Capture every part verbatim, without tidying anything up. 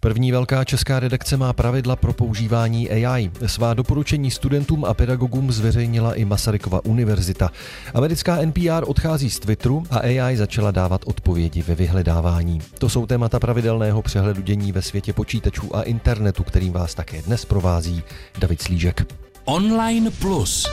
První velká česká redakce má pravidla pro používání A I. Svá doporučení studentům a pedagogům zveřejnila i Masarykova univerzita. Americká N P R odchází z Twitteru a A I začala dávat odpovědi ve vyhledávání. To jsou témata pravidelného přehledu dění ve světě počítačů a internetu, kterým vás také dnes provází David Slížek. Online Plus.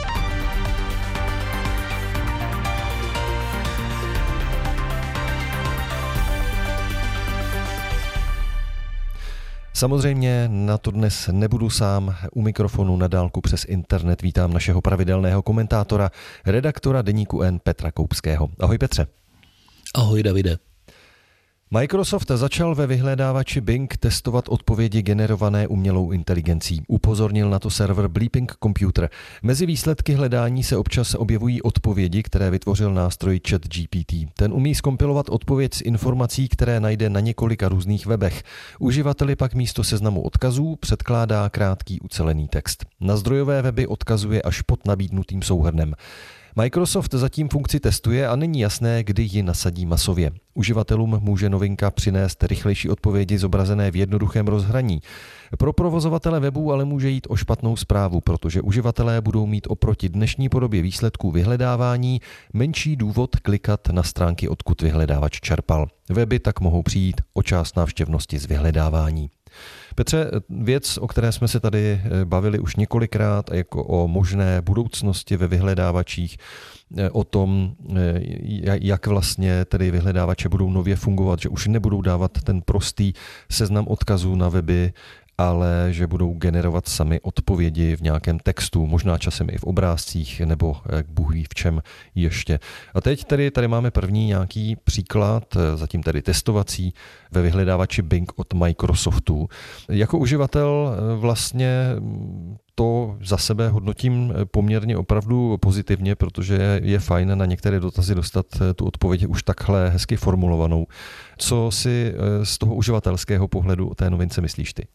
Samozřejmě na to dnes nebudu sám. U mikrofonu na dálku přes internet vítám našeho pravidelného komentátora, redaktora deníku N Petra Koupského. Ahoj Petře. Ahoj Davide. Microsoft začal ve vyhledávači Bing testovat odpovědi generované umělou inteligencí. Upozornil na to server Bleeping Computer. Mezi výsledky hledání se občas objevují odpovědi, které vytvořil nástroj ChatGPT. Ten umí zkompilovat odpověď z informací, které najde na několika různých webech. Uživateli pak místo seznamu odkazů předkládá krátký ucelený text. Na zdrojové weby odkazuje až pod nabídnutým souhrnem. Microsoft zatím funkci testuje a není jasné, kdy ji nasadí masově. Uživatelům může novinka přinést rychlejší odpovědi zobrazené v jednoduchém rozhraní. Pro provozovatele webů ale může jít o špatnou zprávu, protože uživatelé budou mít oproti dnešní podobě výsledků vyhledávání menší důvod klikat na stránky, odkud vyhledávač čerpal. Weby tak mohou přijít o část návštěvnosti z vyhledávání. Petře, věc, o které jsme se tady bavili už několikrát, jako o možné budoucnosti ve vyhledávačích, o tom, jak vlastně tedy vyhledávače budou nově fungovat, že už nebudou dávat ten prostý seznam odkazů na weby, ale že budou generovat sami odpovědi v nějakém textu, možná časem i v obrázcích, nebo jak Bůh ví v čem ještě. A teď tady, tady máme první nějaký příklad, zatím tedy testovací, ve vyhledávači Bing od Microsoftu. Jako uživatel vlastně to za sebe hodnotím poměrně opravdu pozitivně, protože je fajn na některé dotazy dostat tu odpověď už takhle hezky formulovanou. Co si z toho uživatelského pohledu o té novince myslíš ty?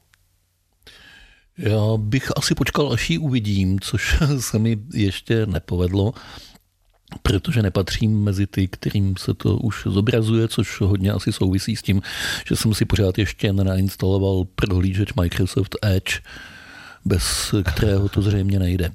Já bych asi počkal, až ji uvidím, což se mi ještě nepovedlo, protože nepatřím mezi ty, kterým se to už zobrazuje, což hodně asi souvisí s tím, že jsem si pořád ještě nenainstaloval prohlížeč Microsoft Edge, bez kterého to zřejmě nejde.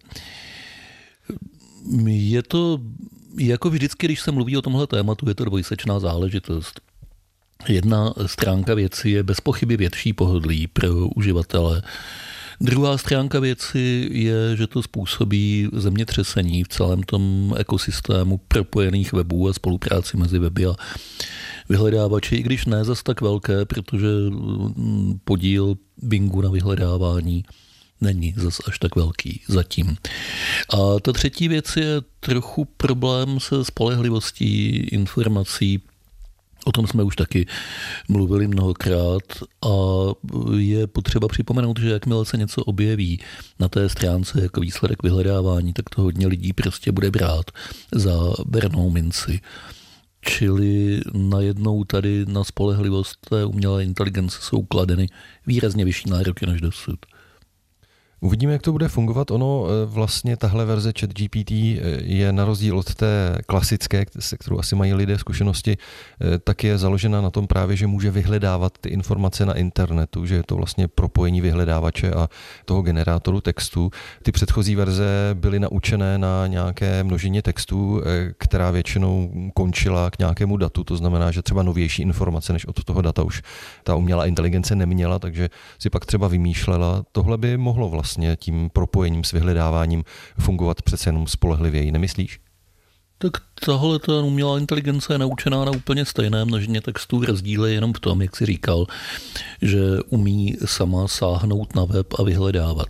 Je to, jako vždycky, když se mluví o tomhle tématu, je to dvojsečná záležitost. Jedna stránka věci je bez pochyby větší pohodlí pro uživatele. Druhá stránka věci je, že to způsobí zemětřesení v celém tom ekosystému propojených webů a spolupráci mezi weby a vyhledávači, i když ne zas tak velké, protože podíl Bingu na vyhledávání není zas až tak velký zatím. A ta třetí věc je trochu problém se spolehlivostí informací. O tom jsme už taky mluvili mnohokrát a je potřeba připomenout, že jakmile se něco objeví na té stránce jako výsledek vyhledávání, tak to hodně lidí prostě bude brát za bernou minci. Čili najednou tady na spolehlivost té umělé inteligence jsou kladeny výrazně vyšší nároky než dosud. Uvidíme, jak to bude fungovat. Ono vlastně tahle verze ChatGPT je na rozdíl od té klasické, se kterou asi mají lidé zkušenosti, tak je založena na tom právě, že může vyhledávat ty informace na internetu, že je to vlastně propojení vyhledávače a toho generátoru textu. Ty předchozí verze byly naučené na nějaké množině textů, která většinou končila k nějakému datu, to znamená, že třeba novější informace než od toho data už ta umělá inteligence neměla, takže si pak třeba vymýšlela. Tohle by mohlo vlastně vlastně tím propojením s vyhledáváním fungovat přece jenom spolehlivěji, nemyslíš? Tak tahle ta umělá inteligence je naučená na úplně stejné množině textů, rozdíl je jenom v tom, jak jsi říkal, že umí sama sáhnout na web a vyhledávat.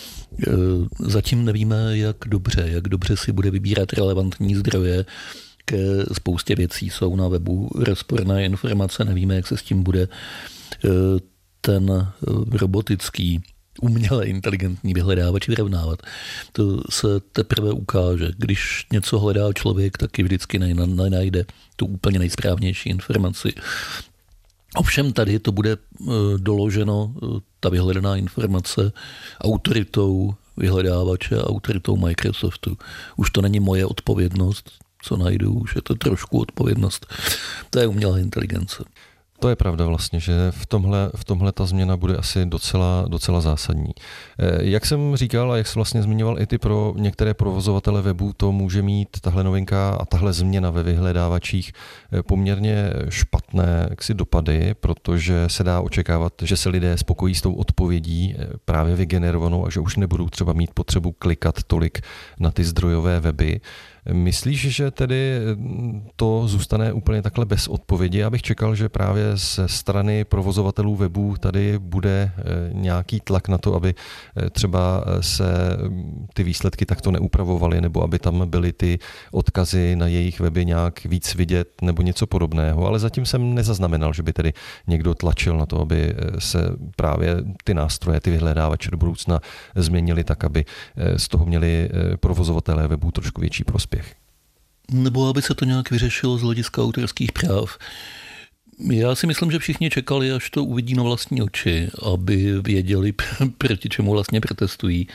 Zatím nevíme, jak dobře, jak dobře si bude vybírat relevantní zdroje, ke spoustě věcí jsou na webu rozporné informace, nevíme, jak se s tím bude ten robotický uměle inteligentní vyhledávač vyrovnávat. To se teprve ukáže. Když něco hledá člověk, taky vždycky nenajde tu úplně nejsprávnější informaci. Ovšem tady to bude doloženo, ta vyhledaná informace, autoritou vyhledávače, autoritou Microsoftu. Už to není moje odpovědnost, co najdu, už je to trošku odpovědnost té umělé inteligence. To je pravda vlastně, že v tomhle, v tomhle ta změna bude asi docela, docela zásadní. Jak jsem říkal a jak jsem vlastně zmiňoval i ty pro některé provozovatele webu, to může mít tahle novinka a tahle změna ve vyhledávačích poměrně špatné jaksi dopady, protože se dá očekávat, že se lidé spokojí s tou odpovědí právě vygenerovanou a že už nebudou třeba mít potřebu klikat tolik na ty zdrojové weby. Myslíš, že tedy to zůstane úplně takhle bez odpovědi? Já bych čekal, že právě ze strany provozovatelů webů tady bude nějaký tlak na to, aby třeba se ty výsledky takto neupravovaly, nebo aby tam byly ty odkazy na jejich weby nějak víc vidět nebo něco podobného. Ale zatím jsem nezaznamenal, že by tedy někdo tlačil na to, aby se právě ty nástroje, ty vyhledávače do budoucna změnily tak, aby z toho měli provozovatelé webů trošku větší prospěch. Nebo aby se to nějak vyřešilo z hlediska autorských práv. Já si myslím, že všichni čekali, až to uvidí na vlastní oči, aby věděli, proti čemu vlastně protestují,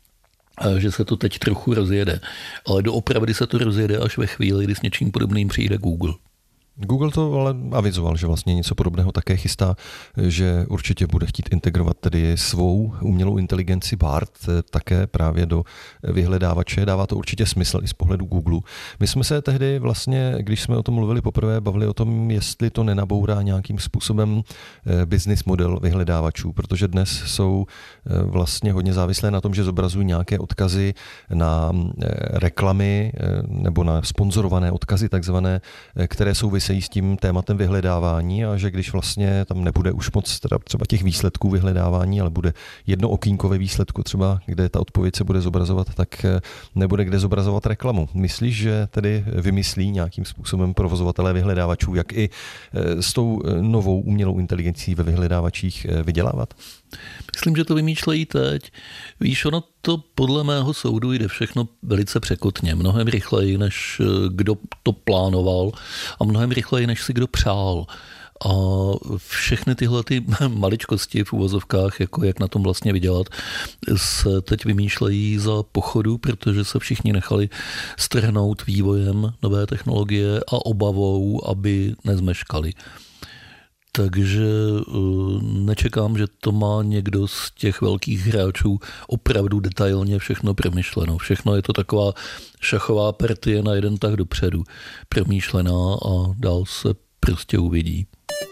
a že se to teď trochu rozjede. Ale doopravdy se to rozjede až ve chvíli, kdy s něčím podobným přijde Google. Google to ale avizoval, že vlastně něco podobného také chystá, že určitě bude chtít integrovat tedy svou umělou inteligenci Bard také právě do vyhledávače. Dává to určitě smysl i z pohledu Google. My jsme se tehdy vlastně, když jsme o tom mluvili poprvé, bavili o tom, jestli to nenabourá nějakým způsobem business model vyhledávačů, protože dnes jsou vlastně hodně závislé na tom, že zobrazují nějaké odkazy na reklamy nebo na sponzorované odkazy takzvané, které jsou se s tím tématem vyhledávání a že když vlastně tam nebude už moc teda třeba těch výsledků vyhledávání, ale bude jedno okýnko ve výsledku třeba, kde ta odpověď se bude zobrazovat, tak nebude kde zobrazovat reklamu. Myslíš, že tedy vymyslí nějakým způsobem provozovatelé vyhledávačů, jak i s tou novou umělou inteligencí ve vyhledávačích vydělávat? Myslím, že to vymýšlejí teď. Víš, ono to podle mého soudu jde všechno velice překotně, mnohem rychleji, než kdo to plánoval a mnohem rychleji, než si kdo přál. A všechny tyhle ty maličkosti v uvozovkách, jako jak na tom vlastně vydělat, se teď vymýšlejí za pochodu, protože se všichni nechali strhnout vývojem nové technologie a obavou, aby nezmeškali. Takže nečekám, že to má někdo z těch velkých hráčů opravdu detailně všechno promyšleno. Všechno je to taková šachová partie na jeden tah dopředu promýšlená a dál se prostě uvidí.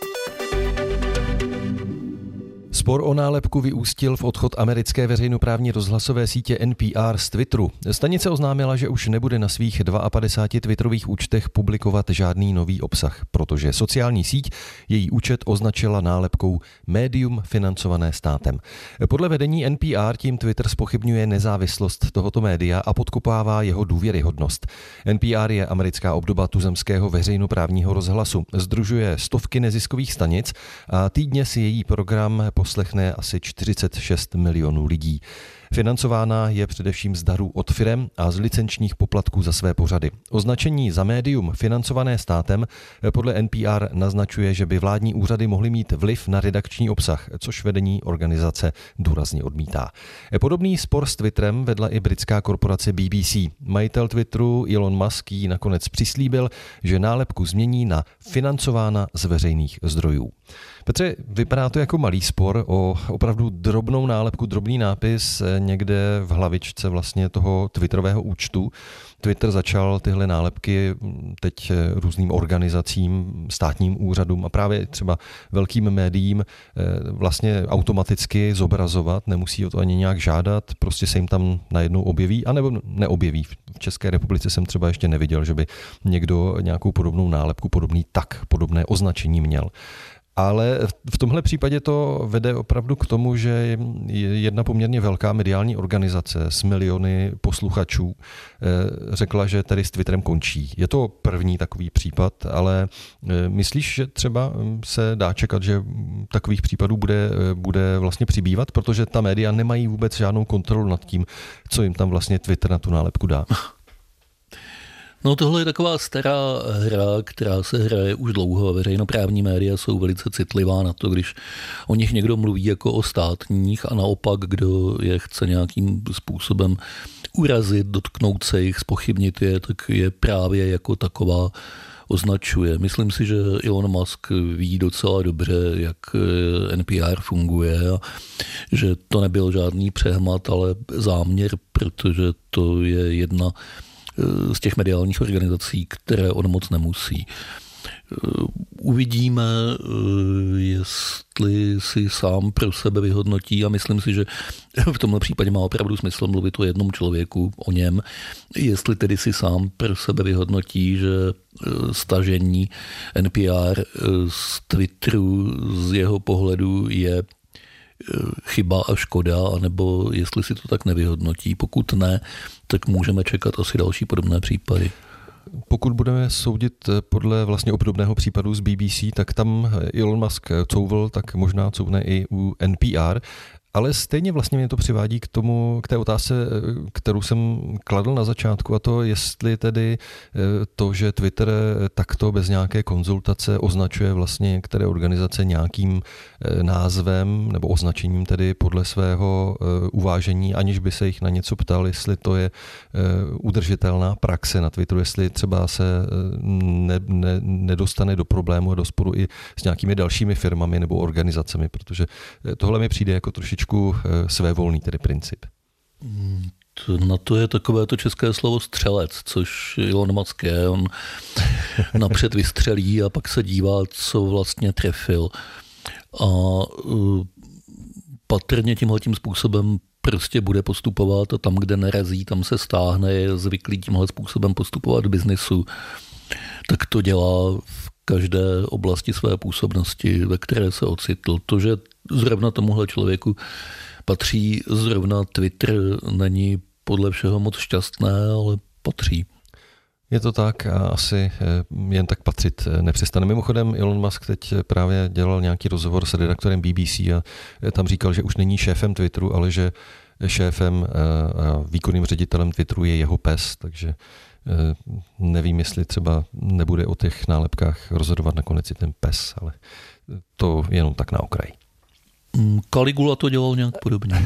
Spor o nálepku vyústil v odchod americké veřejnoprávní rozhlasové sítě N P R z Twitteru. Stanice oznámila, že už nebude na svých padesáti dvou twitterových účtech publikovat žádný nový obsah, protože sociální síť její účet označila nálepkou médium financované státem. Podle vedení N P R tím Twitter zpochybňuje nezávislost tohoto média a podkopává jeho důvěryhodnost. N P R je americká obdoba tuzemského veřejnoprávního rozhlasu. Sdružuje stovky neziskových stanic a týdně si její program poslechne asi čtyřicet šest milionů lidí. Financována je především z darů od firem a z licenčních poplatků za své pořady. Označení za médium financované státem podle N P R naznačuje, že by vládní úřady mohly mít vliv na redakční obsah, což vedení organizace důrazně odmítá. Podobný spor s Twitterem vedla i britská korporace B B C. Majitel Twitteru Elon Musk jí nakonec přislíbil, že nálepku změní na financována z veřejných zdrojů. Petře, vypadá to jako malý spor o opravdu drobnou nálepku, drobný nápis někde v hlavičce vlastně toho twitterového účtu. Twitter začal tyhle nálepky teď různým organizacím, státním úřadům a právě třeba velkým médiím vlastně automaticky zobrazovat, nemusí o to ani nějak žádat, prostě se jim tam najednou objeví, anebo neobjeví. V České republice jsem třeba ještě neviděl, že by někdo nějakou podobnou nálepku, podobný tak, podobné označení měl. Ale v tomhle případě to vede opravdu k tomu, že jedna poměrně velká mediální organizace s miliony posluchačů řekla, že tady s Twitterem končí. Je to první takový případ, ale myslíš, že třeba se dá čekat, že takových případů bude, bude vlastně přibývat, protože ta média nemají vůbec žádnou kontrolu nad tím, co jim tam vlastně Twitter na tu nálepku dá? No tohle je taková stará hra, která se hraje už dlouho. Veřejnoprávní média jsou velice citlivá na to, když o nich někdo mluví jako o státních a naopak, kdo je chce nějakým způsobem urazit, dotknout se jich, zpochybnit je, tak je právě jako taková označuje. Myslím si, že Elon Musk ví docela dobře, jak N P R funguje a že to nebyl žádný přehmat, ale záměr, protože to je jedna z těch mediálních organizací, které on moc nemusí. Uvidíme, jestli si sám pro sebe vyhodnotí a myslím si, že v tomhle případě má opravdu smysl mluvit o jednom člověku, o něm, jestli tedy si sám pro sebe vyhodnotí, že stažení N P R z Twitteru z jeho pohledu je chyba a škoda, anebo jestli si to tak nevyhodnotí. Pokud ne, tak můžeme čekat asi další podobné případy. Pokud budeme soudit podle vlastně obdobného případu z B B C, tak tam Elon Musk couvl, tak možná couvne i u N P R. Ale stejně vlastně mě to přivádí k tomu, k té otázce, kterou jsem kladl na začátku, a to jestli tedy to, že Twitter takto bez nějaké konzultace označuje vlastně některé organizace nějakým názvem nebo označením tedy podle svého uvážení, aniž by se jich na něco ptal, jestli to je udržitelná praxe na Twitteru, jestli třeba se ne, ne, nedostane do problému a do sporu i s nějakými dalšími firmami nebo organizacemi, protože tohle mi přijde jako trošičku svévolný tedy princip. Na to je takové to české slovo střelec, což Elon Musk je. On napřed vystřelí a pak se dívá, co vlastně trefil. A patrně tímhletím způsobem prostě bude postupovat a tam, kde nerazí, tam se stáhne, je zvyklý tímhle způsobem postupovat v biznisu. Tak to dělá v každé oblasti své působnosti, ve které se ocitl. To, že zrovna tomuhle člověku patří zrovna Twitter, není podle všeho moc šťastné, ale patří. Je to tak a asi jen tak patřit nepřestane. Mimochodem Elon Musk teď právě dělal nějaký rozhovor s redaktorem B B C a tam říkal, že už není šéfem Twitteru, ale že šéfem a výkonným ředitelem Twitteru je jeho pes, takže nevím, jestli třeba nebude o těch nálepkách rozhodovat nakonec i ten pes, ale to jenom tak na okraj. Caligula to dělal nějak podobně.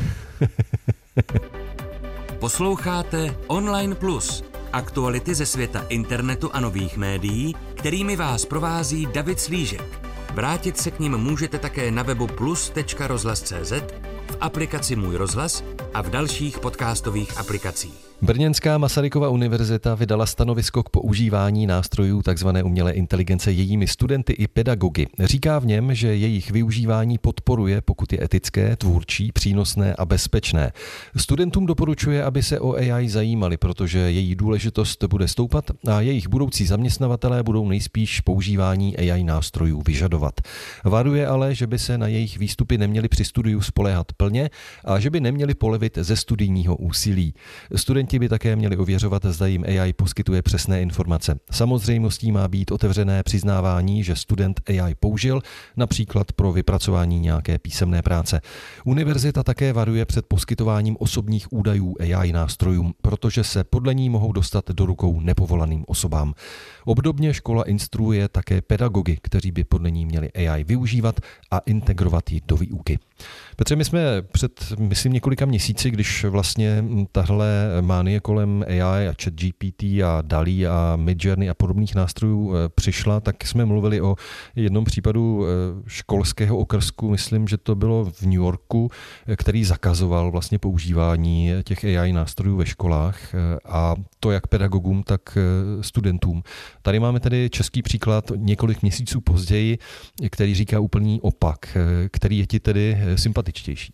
Posloucháte Online Plus, aktuality ze světa internetu a nových médií, kterými vás provází David Slížek. Vrátit se k nim můžete také na webu plus tečka rozhlas tečka cé zet, v aplikaci Můj rozhlas a v dalších podcastových aplikacích. Brněnská Masarykova univerzita vydala stanovisko k používání nástrojů tzv. Umělé inteligence jejími studenty i pedagogy. Říká v něm, že jejich využívání podporuje, pokud je etické, tvůrčí, přínosné a bezpečné. Studentům doporučuje, aby se o A I zajímali, protože její důležitost bude stoupat a jejich budoucí zaměstnavatelé budou nejspíš používání A I nástrojů vyžadovat. Varuje ale, že by se na jejich výstupy neměli při studiu spoléhat plně a že by neměli polevit ze studijního úsilí. Studenti by také měli ověřovat, zda jim A I poskytuje přesné informace. Samozřejmostí má být otevřené přiznávání, že student A I použil, například pro vypracování nějaké písemné práce. Univerzita také varuje před poskytováním osobních údajů A I nástrojům, protože se podle ní mohou dostat do rukou nepovolaným osobám. Obdobně škola instruuje také pedagogy, kteří by podle ní měli A I využívat a integrovat ji do výuky. Petře, my jsme před, myslím, několika měsíci, když vlastně tahle mánie kolem A I a ChatGPT a DALL-E a Midjourney a podobných nástrojů přišla, tak jsme mluvili o jednom případu školského okrsku, myslím, že to bylo v New Yorku, který zakazoval vlastně používání těch A I nástrojů ve školách a to jak pedagogům, tak studentům. Tady máme tedy český příklad několik měsíců později, který říká úplný opak, který je ti tedy sympatičtější.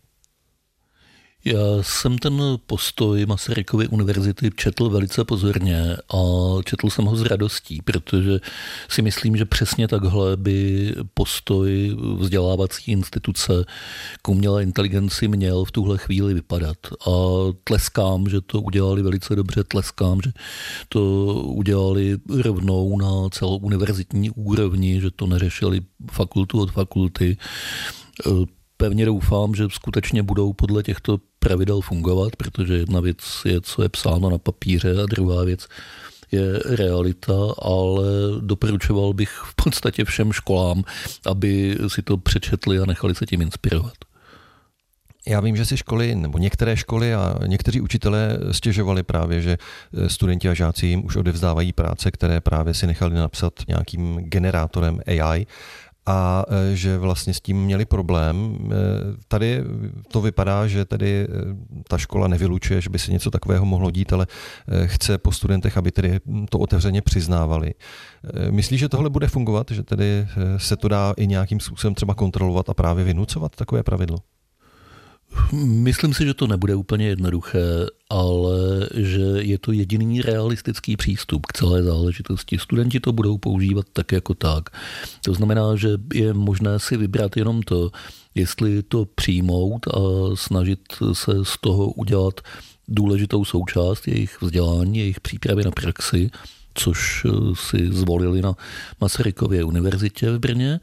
Já jsem ten postoj Masarykovy univerzity četl velice pozorně a četl jsem ho s radostí, protože si myslím, že přesně takhle by postoj vzdělávací instituce k umělé inteligenci měl v tuhle chvíli vypadat. A tleskám, že to udělali velice dobře, tleskám, že to udělali rovnou na celou univerzitní úrovni, že to neřešili fakultu od fakulty. Pevně doufám, že skutečně budou podle těchto pravidel fungovat, protože jedna věc je, co je psáno na papíře a druhá věc je realita, ale doporučoval bych v podstatě všem školám, aby si to přečetli a nechali se tím inspirovat. Já vím, že si školy, nebo některé školy a někteří učitelé stěžovali právě, že studenti a žáci jim už odevzdávají práce, které právě si nechali napsat nějakým generátorem A I, a že vlastně s tím měli problém. Tady to vypadá, že tedy ta škola nevylučuje, že by se něco takového mohlo dít, ale chce po studentech, aby tedy to otevřeně přiznávali. Myslíš, že tohle bude fungovat, že tedy se to dá i nějakým způsobem třeba kontrolovat a právě vynucovat takové pravidlo? Myslím si, že to nebude úplně jednoduché, ale že je to jediný realistický přístup k celé záležitosti. Studenti to budou používat tak jako tak. To znamená, že je možné si vybrat jenom to, jestli to přijmout a snažit se z toho udělat důležitou součást jejich vzdělání, jejich přípravy na praxi, což si zvolili na Masarykově univerzitě v Brně,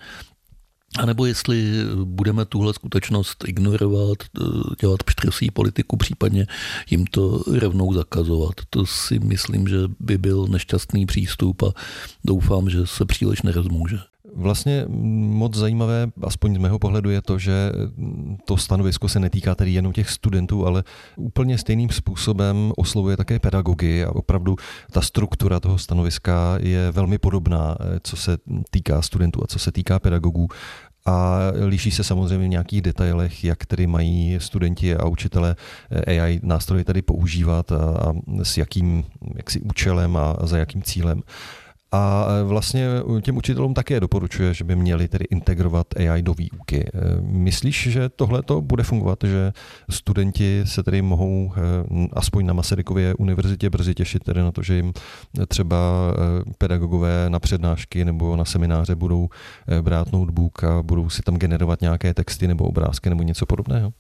a nebo jestli budeme tuhle skutečnost ignorovat, dělat pštrosí politiku, případně jim to rovnou zakazovat. To si myslím, že by byl nešťastný přístup a doufám, že se příliš nerozmůže. Vlastně moc zajímavé, aspoň z mého pohledu, je to, že to stanovisko se netýká tedy jenom těch studentů, ale úplně stejným způsobem oslovuje také pedagogy a opravdu ta struktura toho stanoviska je velmi podobná, co se týká studentů a co se týká pedagogů. A liší se samozřejmě v nějakých detailech, jak tedy mají studenti a učitelé A I nástroje tady používat a, a s jakým jaksi účelem a, a za jakým cílem. A vlastně těm učitelům také doporučuje, že by měli tedy integrovat A I do výuky. Myslíš, že tohle to bude fungovat, že studenti se tedy mohou aspoň na Masarykově univerzitě brzy těšit tedy na to, že jim třeba pedagogové na přednášky nebo na semináře budou brát notebook a budou si tam generovat nějaké texty nebo obrázky nebo něco podobného?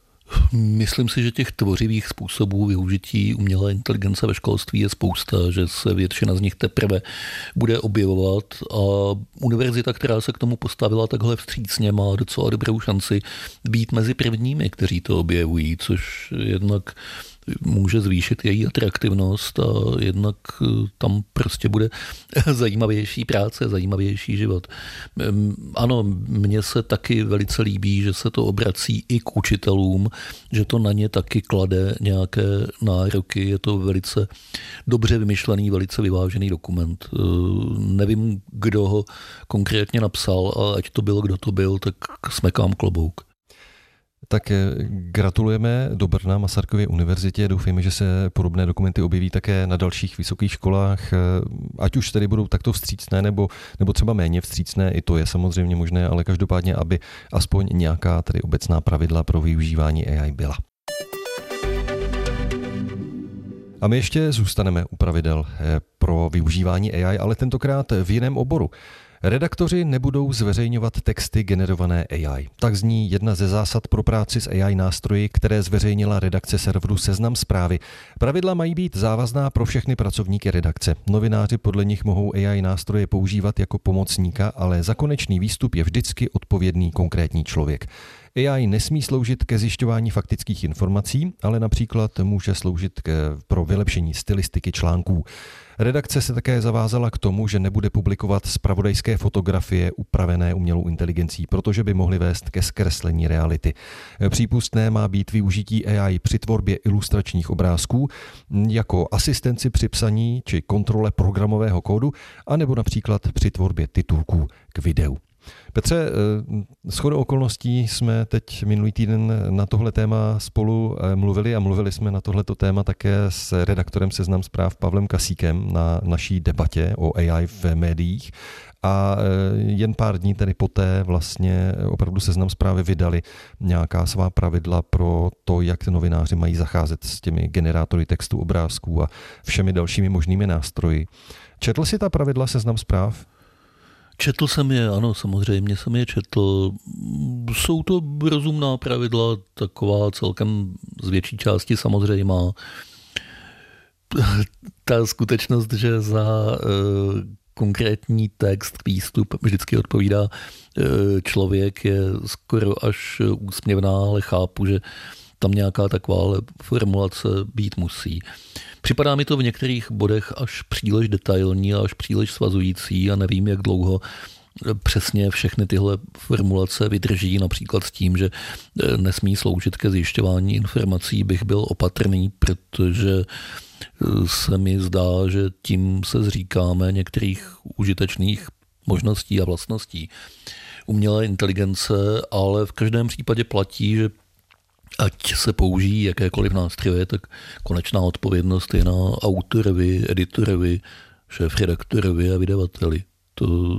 Myslím si, že těch tvořivých způsobů využití umělé inteligence ve školství je spousta, že se většina z nich teprve bude objevovat a univerzita, která se k tomu postavila takhle vstřícně, má docela dobrou šanci být mezi prvními, kteří to objevují, což jednak může zvýšit její atraktivnost a jednak tam prostě bude zajímavější práce, zajímavější život. Ano, mně se taky velice líbí, že se to obrací i k učitelům, že to na ně taky klade nějaké nároky. Je to velice dobře vymyšlený, velice vyvážený dokument. Nevím, kdo ho konkrétně napsal, ale ať to byl, kdo to byl, tak smekám klobouk. Tak gratulujeme do Brna Masarykově univerzitě. Doufejme, že se podobné dokumenty objeví také na dalších vysokých školách, ať už tedy budou takto vstřícné nebo, nebo třeba méně vstřícné, i to je samozřejmě možné, ale každopádně, aby aspoň nějaká tedy obecná pravidla pro využívání A I byla. A my ještě zůstaneme u pravidel pro využívání A I, ale tentokrát v jiném oboru. Redaktoři nebudou zveřejňovat texty generované A I. Tak zní jedna ze zásad pro práci s A I nástroji, které zveřejnila redakce serveru Seznam Zprávy. Pravidla mají být závazná pro všechny pracovníky redakce. Novináři podle nich mohou A I nástroje používat jako pomocníka, ale za konečný výstup je vždycky odpovědný konkrétní člověk. A I nesmí sloužit ke zjišťování faktických informací, ale například může sloužit k, pro vylepšení stylistiky článků. Redakce se také zavázala k tomu, že nebude publikovat zpravodajské fotografie upravené umělou inteligencí, protože by mohly vést ke zkreslení reality. Přípustné má být využití A I při tvorbě ilustračních obrázků, jako asistenci při psaní či kontrole programového kódu, anebo například při tvorbě titulků k videu. Petře, shodou okolností jsme teď minulý týden na tohle téma spolu mluvili a mluvili jsme na tohleto téma také s redaktorem Seznam Zpráv Pavlem Kasíkem na naší debatě o A I v médiích. A jen pár dní tedy poté vlastně opravdu Seznam Zprávy vydali nějaká svá pravidla pro to, jak novináři mají zacházet s těmi generátory textu, obrázků a všemi dalšími možnými nástroji. Četl jsi ta pravidla Seznam Zpráv? Četl jsem je, ano, samozřejmě jsem je četl. Jsou to rozumná pravidla, taková celkem z větší části samozřejmá. Ta skutečnost, že za uh, konkrétní text, výstup vždycky odpovídá uh, člověk, je skoro až úsměvná, ale chápu, že tam nějaká taková formulace být musí. Připadá mi to v některých bodech až příliš detailní a až příliš svazující a nevím, jak dlouho přesně všechny tyhle formulace vydrží, například s tím, že nesmí sloužit ke zjišťování informací, bych byl opatrný, protože se mi zdá, že tím se zříkáme některých užitečných možností a vlastností umělé inteligence, ale v každém případě platí, že ať se použijí jakékoliv nástroje, tak konečná odpovědnost je na autorovi, editorovi, šéfredaktorovi a vydavateli. To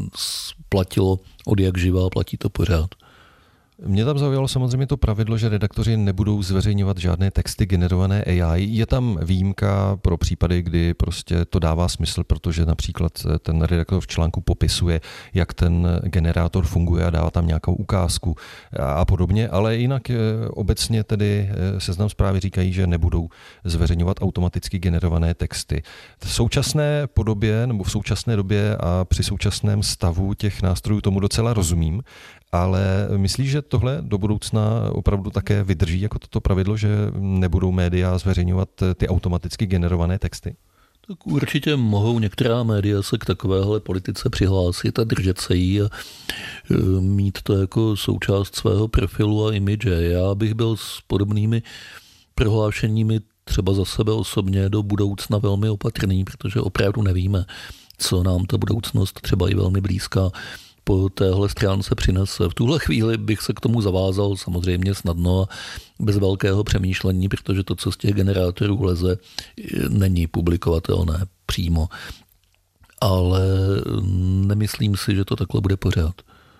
platilo od jak živá, platí to pořád. Mě tam zaujalo samozřejmě to pravidlo, že redaktoři nebudou zveřejňovat žádné texty generované A I. Je tam výjimka pro případy, kdy prostě to dává smysl, protože například ten redaktor v článku popisuje, jak ten generátor funguje a dává tam nějakou ukázku a podobně, ale jinak obecně tedy Seznam Zprávy říkají, že nebudou zveřejňovat automaticky generované texty. V současné podobě nebo v současné době a při současném stavu těch nástrojů tomu docela rozumím, ale myslíš, že tohle do budoucna opravdu také vydrží jako toto pravidlo, že nebudou média zveřejňovat ty automaticky generované texty? Tak určitě mohou některá média se k takovéhle politice přihlásit a držet se jí a mít to jako součást svého profilu a imidže. Já bych byl s podobnými prohlášeními třeba za sebe osobně do budoucna velmi opatrný, protože opravdu nevíme, co nám ta budoucnost třeba i velmi blízká po téhle stránce přinese. V tuhle chvíli bych se k tomu zavázal samozřejmě snadno a bez velkého přemýšlení, protože to, co z těch generátorů leze, není publikovatelné přímo. Ale nemyslím si, že to takhle bude pořád.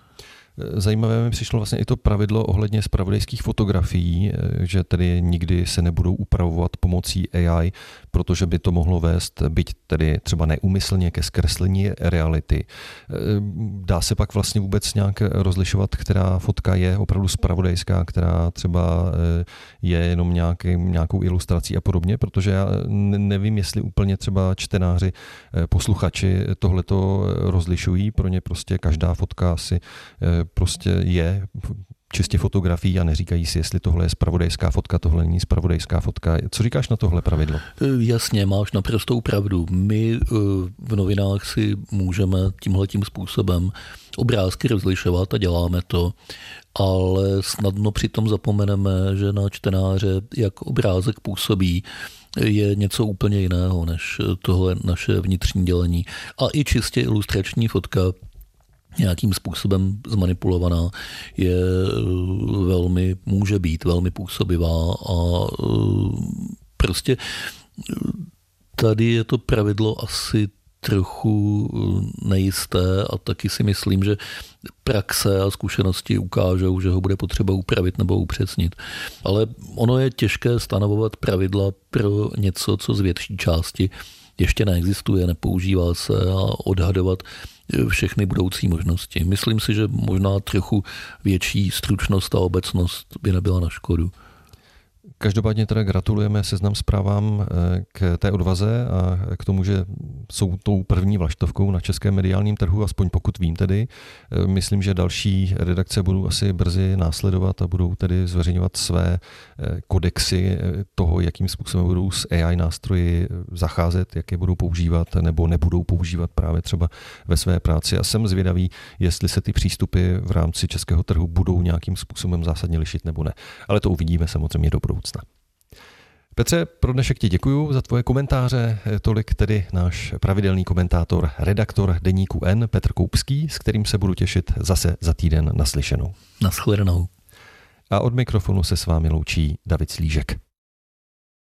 Zajímavé mi přišlo vlastně i to pravidlo ohledně zpravodajských fotografií, že tedy nikdy se nebudou upravovat pomocí A I, protože by to mohlo vést, byť tedy třeba neúmyslně, ke zkreslení reality. Dá se pak vlastně vůbec nějak rozlišovat, která fotka je opravdu zpravodajská, která třeba je jenom nějaký, nějakou ilustrací a podobně, protože já nevím, jestli úplně třeba čtenáři, posluchači tohleto rozlišují, pro ně prostě každá fotka si prostě je čistě fotografií a neříkají si, jestli tohle je zpravodajská fotka, tohle není zpravodajská fotka. Co říkáš na tohle pravidlo? Jasně, máš naprostou pravdu. My v novinách si můžeme tímhletím způsobem obrázky rozlišovat a děláme to, ale snadno přitom zapomeneme, že na čtenáře, jak obrázek působí, je něco úplně jiného než tohle naše vnitřní dělení. A i čistě ilustrační fotka nějakým způsobem zmanipulovaná, je velmi, může být velmi působivá a prostě tady je to pravidlo asi trochu nejisté a taky si myslím, že praxe a zkušenosti ukážou, že ho bude potřeba upravit nebo upřesnit. Ale ono je těžké stanovovat pravidla pro něco, co z větší části ještě neexistuje, nepoužívá se a odhadovat všechny budoucí možnosti. Myslím si, že možná trochu větší stručnost a obecnost by nebyla na škodu. Každopádně teda gratulujeme Seznam Zprávám k té odvaze a k tomu, že jsou tou první vlaštovkou na českém mediálním trhu, aspoň pokud vím tedy. Myslím, že další redakce budou asi brzy následovat a budou tedy zveřejňovat své kodexy toho, jakým způsobem budou s A I nástroji zacházet, jak je budou používat nebo nebudou používat právě třeba ve své práci. A jsem zvědavý, jestli se ty přístupy v rámci českého trhu budou nějakým způsobem zásadně lišit nebo ne. Ale to uvidíme samozřejmě do budoucna. Petře, pro dnešek ti děkuju za tvoje komentáře. Tolik tedy náš pravidelný komentátor, redaktor Deníku N, Petr Koupský, s kterým se budu těšit zase za týden naslyšenou. Naschledanou. A od mikrofonu se s vámi loučí David Slížek.